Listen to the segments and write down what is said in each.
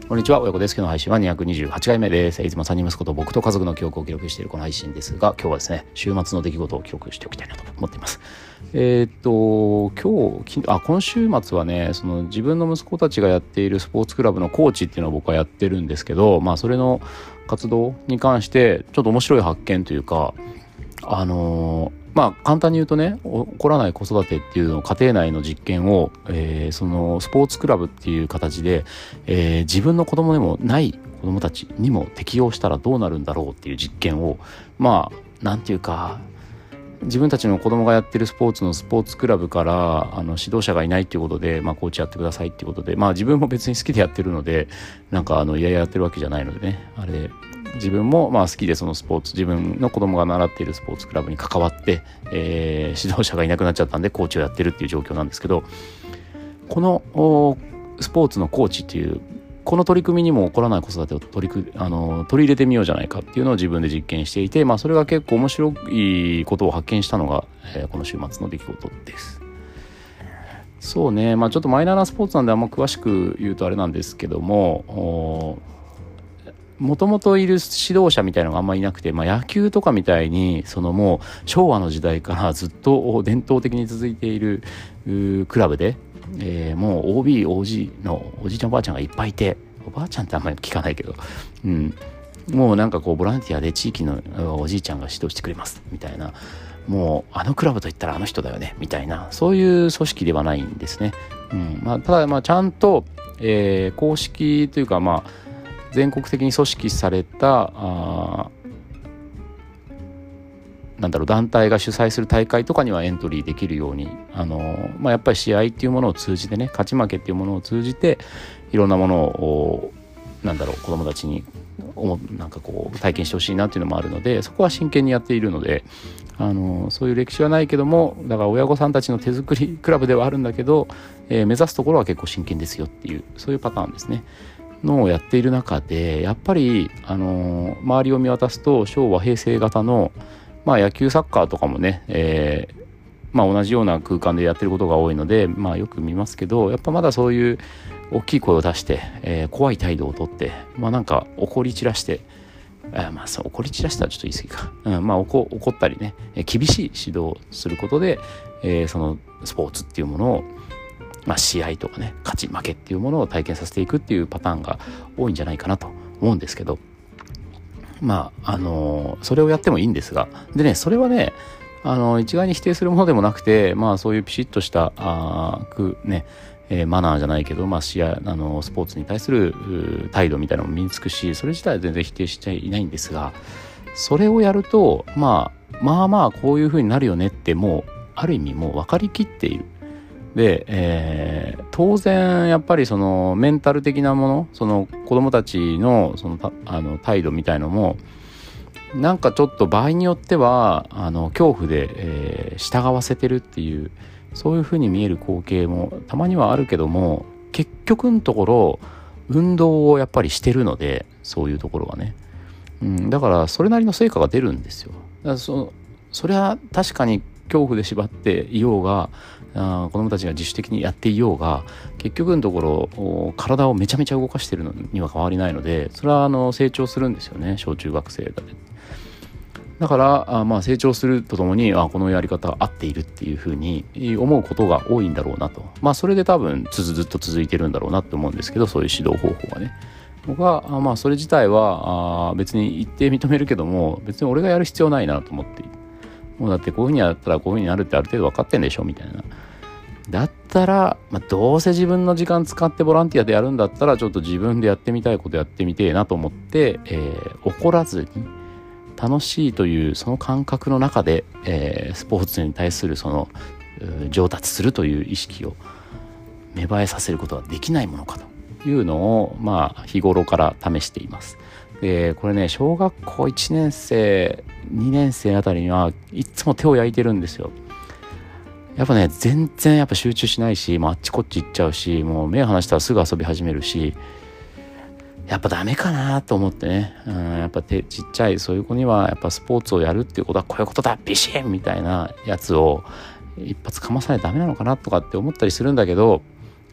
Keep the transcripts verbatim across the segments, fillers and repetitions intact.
こんにちは、親子です。今日の配信はにひゃくにじゅうはちかいめです。いつもさんにん息子と僕と家族の記憶を記録しているこの配信ですが、今日はですね、週末の出来事を記録しておきたいなと思っています。えー、っと今日あ今週末はね、その自分の息子たちがやっているスポーツクラブのコーチっていうのを僕はやってるんですけど、まあそれの活動に関してちょっと面白い発見というか、あのーまあ簡単に言うとね、起こらない子育てっていうのを家庭内の実験を、えー、そのスポーツクラブっていう形で、えー、自分の子供でもない子供たちにも適用したらどうなるんだろうっていう実験を、まあなんていうか、自分たちの子供がやってるスポーツのスポーツクラブからあの指導者がいないっていうことで、まあコーチやってくださいっていうことで、まあ自分も別に好きでやってるので、なんかあのいやいややってるわけじゃないのでね、あれで自分もまあ好きでそのスポーツ、自分の子供が習っているスポーツクラブに関わって、えー、指導者がいなくなっちゃったんでコーチをやってるっていう状況なんですけど、このスポーツのコーチっていうこの取り組みにも起こらない子育てを取りくあの取り入れてみようじゃないかっていうのを自分で実験していて、まあそれが結構面白いことを発見したのが、えー、この週末の出来事です。そうね、まあちょっとマイナーなスポーツなんであんま詳しく言うとあれなんですけども、もともといる指導者みたいなのがあんまりいなくて、まあ、野球とかみたいにそのもう昭和の時代からずっと伝統的に続いているクラブで、えー、もう オービー、オージー のおじいちゃんおばあちゃんがいっぱいいて、おばあちゃんってあんまり聞かないけど、うん、もうなんかこうボランティアで地域のおじいちゃんが指導してくれますみたいな、もうあのクラブといったらあの人だよねみたいな、そういう組織ではないんですね。うんまあ、ただまあちゃんと、えー、公式というかまあ全国的に組織されたあなんだろう団体が主催する大会とかにはエントリーできるように、あの、まあ、やっぱり試合っていうものを通じてね、勝ち負けっていうものを通じていろんなものをなんだろう子どもたちになんかこう体験してほしいなっていうのもあるので、そこは真剣にやっているので、あのそういう歴史はないけども、だから親御さんたちの手作りクラブではあるんだけど、えー、目指すところは結構真剣ですよっていう、そういうパターンですねのをやっている中で、やっぱり、あのー、周りを見渡すと昭和平成型の、まあ、野球サッカーとかもね、えーまあ、同じような空間でやってることが多いので、まあ、よく見ますけど、やっぱまだそういう大きい声を出して、えー、怖い態度をとって、まあ、なんか怒り散らして、あまあそう怒り散らしたらちょっと言い過ぎか、うんまあ、怒, 怒ったりね、厳しい指導をすることで、えー、そのスポーツっていうものをまあ、試合とかね、勝ち負けっていうものを体験させていくっていうパターンが多いんじゃないかなと思うんですけど、まああのそれをやってもいいんですが、でね、それはね、あの一概に否定するものでもなくて、まあそういうピシッとしたあくね、えー、マナーじゃないけど、まあ試合あのスポーツに対する態度みたいなのも身につくし、それ自体は全然否定していないんですが、それをやると、まあまあまあこういう風になるよねってもうある意味もう分かりきっている。で、えー、当然やっぱりそのメンタル的なもの、その子どもたちのそのあの態度みたいのもなんかちょっと場合によってはあの恐怖で、えー、従わせてるっていう、そういう風に見える光景もたまにはあるけども、結局のところ運動をやっぱりしてるので、そういうところはね、うん、だからそれなりの成果が出るんですよ。だから そ, それは確かに恐怖で縛っていようが、あ子どもたちが自主的にやっていようが、結局のところ体をめちゃめちゃ動かしているのには変わりないので、それはあの成長するんですよね、小中学生で。だからあまあ成長するとともに、あこのやり方合っているっていうふうに思うことが多いんだろうなと、まあそれで多分ずずっと続いてるんだろうなと思うんですけど、そういう指導方法がね、僕はあまあそれ自体はあ別に一定認めるけども、別に俺がやる必要ないなと思っている。もうだってこういうふうにやったらこういうふうになるってある程度分かってんでしょみたいな。だったら、まあ、どうせ自分の時間使ってボランティアでやるんだったら、ちょっと自分でやってみたいことやってみてえなと思って、えー、怒らずに楽しいというその感覚の中で、えー、スポーツに対するその上達するという意識を芽生えさせることはできないものかというのを、まあ日頃から試しています。でこれね、小学校いちねん生にねん生あたりにはいつも手を焼いてるんですよ。やっぱね、全然やっぱ集中しないし、もうあっちこっち行っちゃうし、もう目を離したらすぐ遊び始めるし、やっぱダメかなと思ってね、うん、やっぱ手ちっちゃいそういう子にはやっぱスポーツをやるっていうことはこういうことだビシッみたいなやつを一発かまさないとダメなのかなとかって思ったりするんだけど、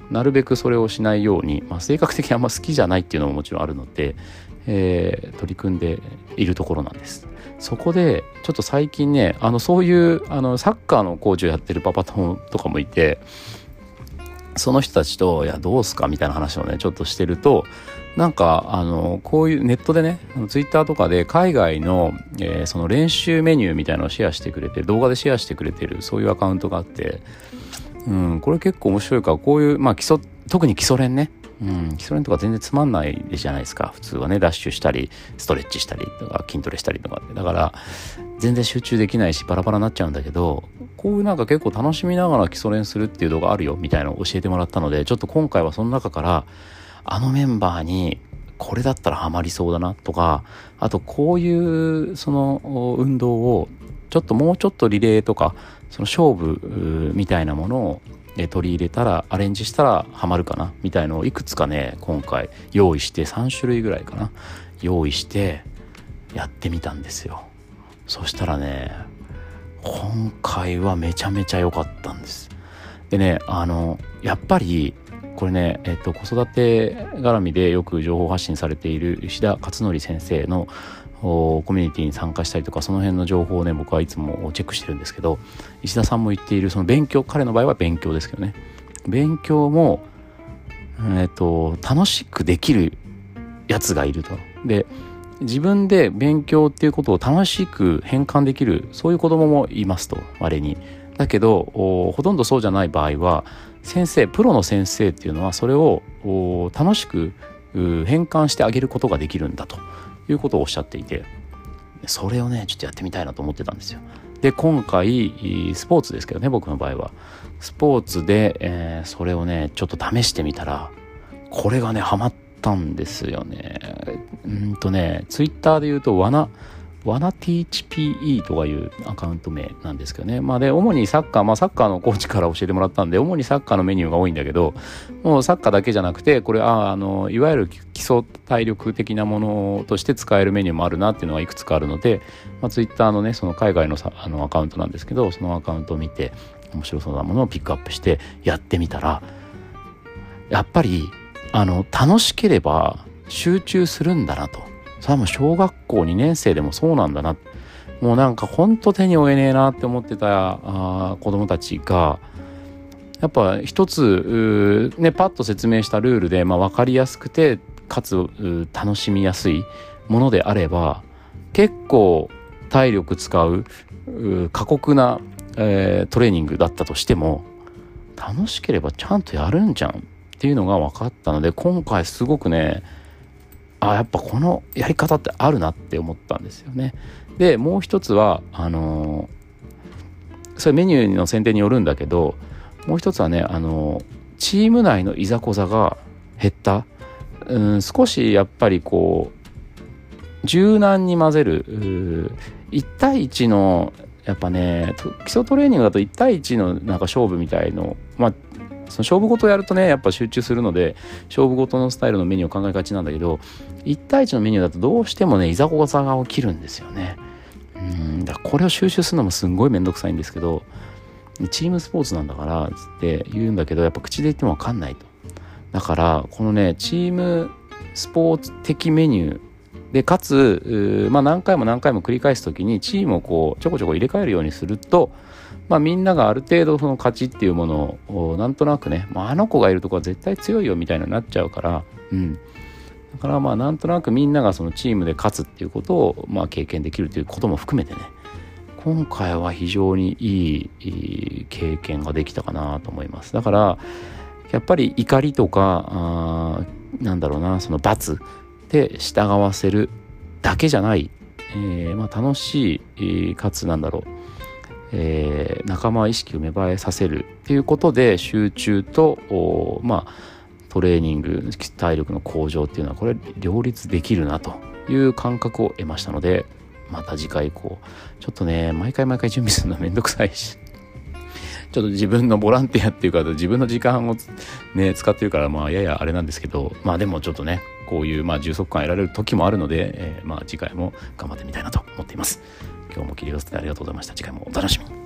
なるべくそれをしないように、まあ、性格的にあんま好きじゃないっていうのももちろんあるので、えー、取り組んでいるところなんです。そこでちょっと最近ね、あのそういうあのサッカーのコーチをやってるパパ友とかもいて、その人たちといやどうすかみたいな話をねちょっとしてると、なんかあのこういうネットでね、ツイッターとかで海外の、えー、その練習メニューみたいなのをシェアしてくれて、動画でシェアしてくれてるそういうアカウントがあって、うん、これ結構面白いから、こういうまあ基礎、特に基礎練ね、うん、基礎練とか全然つまんないじゃないですか普通はね。ダッシュしたりストレッチしたりとか筋トレしたりとかって、だから全然集中できないしバラバラになっちゃうんだけど、こういうなんか結構楽しみながら基礎練するっていう動画あるよみたいなのを教えてもらったので、ちょっと今回はその中からあのメンバーにこれだったらハマりそうだなとか、あとこういうその運動をちょっともうちょっとリレーとかその勝負みたいなものを取り入れたら、アレンジしたらハマるかなみたいのをいくつかね今回用意して、さん種類ぐらいかな用意してやってみたんですよ。そしたらね今回はめちゃめちゃ良かったんです。でね、あのやっぱりこれね、えっと、子育て絡みでよく情報発信されている石田勝則先生のコミュニティに参加したりとか、その辺の情報をね僕はいつもチェックしてるんですけど、石田さんも言っているその勉強、彼の場合は勉強ですけどね、勉強も、えっと、楽しくできるやつがいると。で自分で勉強っていうことを楽しく変換できるそういう子供もいますと、稀に。だけどほとんどそうじゃない場合は、先生プロの先生っていうのはそれを楽しく変換してあげることができるんだということをおっしゃっていて、それをねちょっとやってみたいなと思ってたんですよ。で今回スポーツですけどね、僕の場合はスポーツで、えー、それをねちょっと試してみたら、これがねハマったんですよね。うんとねツイッターで言うとわなワナティーチ ピーイー とかいうアカウント名なんですけどね。まあで主にサッカー、まあサッカーのコーチから教えてもらったんで、主にサッカーのメニューが多いんだけど、もうサッカーだけじゃなくて、これああのいわゆる基礎体力的なものとして使えるメニューもあるなっていうのがいくつかあるので、まあ、ツイッターのねその海外のさあのアカウントなんですけど、そのアカウントを見て面白そうなものをピックアップしてやってみたら、やっぱりあの楽しければ集中するんだなと。それはもう小学校にねん生でもそうなんだな。もうなんかほんと手に負えねえなって思ってたあ子供たちが、やっぱ一つねパッと説明したルールで、まあ、分かりやすくてかつ楽しみやすいものであれば、結構体力使う過酷な、えー、トレーニングだったとしても楽しければちゃんとやるんじゃんっていうのが分かったので、今回すごくね、あやっぱこのやり方ってあるなって思ったんですよね。でもう一つはあのー、それメニューの選定によるんだけど、もう一つはね、あのー、チーム内のいざこざが減った、うん、少しやっぱりこう柔軟に混ぜるいち対いちのやっぱね基礎トレーニングだといち対いちのなんか勝負みたいの、まあその勝負事をやるとねやっぱ集中するので勝負事のスタイルのメニューを考えがちなんだけど、いち対いちのメニューだとどうしてもねいざこざが起きるんですよね。うんだからこれを収集するのもすんごいめんどくさいんですけど、チームスポーツなんだからつって言うんだけど、やっぱ口で言っても分かんないと。だからこのねチームスポーツ的メニューでかつ、まあ、何回も何回も繰り返すときにチームをこうちょこちょこ入れ替えるようにすると、まあ、みんながある程度その勝ちっていうものをなんとなくね、まあ、あの子がいるとこは絶対強いよみたいになっちゃうから、うん、だからまあなんとなくみんながそのチームで勝つっていうことをまあ経験できるということも含めてね、今回は非常にいい、いい経験ができたかなと思います。だからやっぱり怒りとかあなんだろうなその罰で従わせるだけじゃない、えーまあ、楽しいかつなんだろうえー、仲間意識を芽生えさせるっていうことで集中とまあトレーニング体力の向上っていうのはこれ両立できるなという感覚を得ましたので、また次回以降ちょっとね毎回毎回準備するのめんどくさいし、ちょっと自分のボランティアっていうか自分の時間をね使ってるからまあややあれなんですけど、まあでもちょっとねこういうまあ充足感得られる時もあるので、えー、まあ次回も頑張ってみたいなと思っています。今日も聞いてくださってありがとうございました。次回もお楽しみに。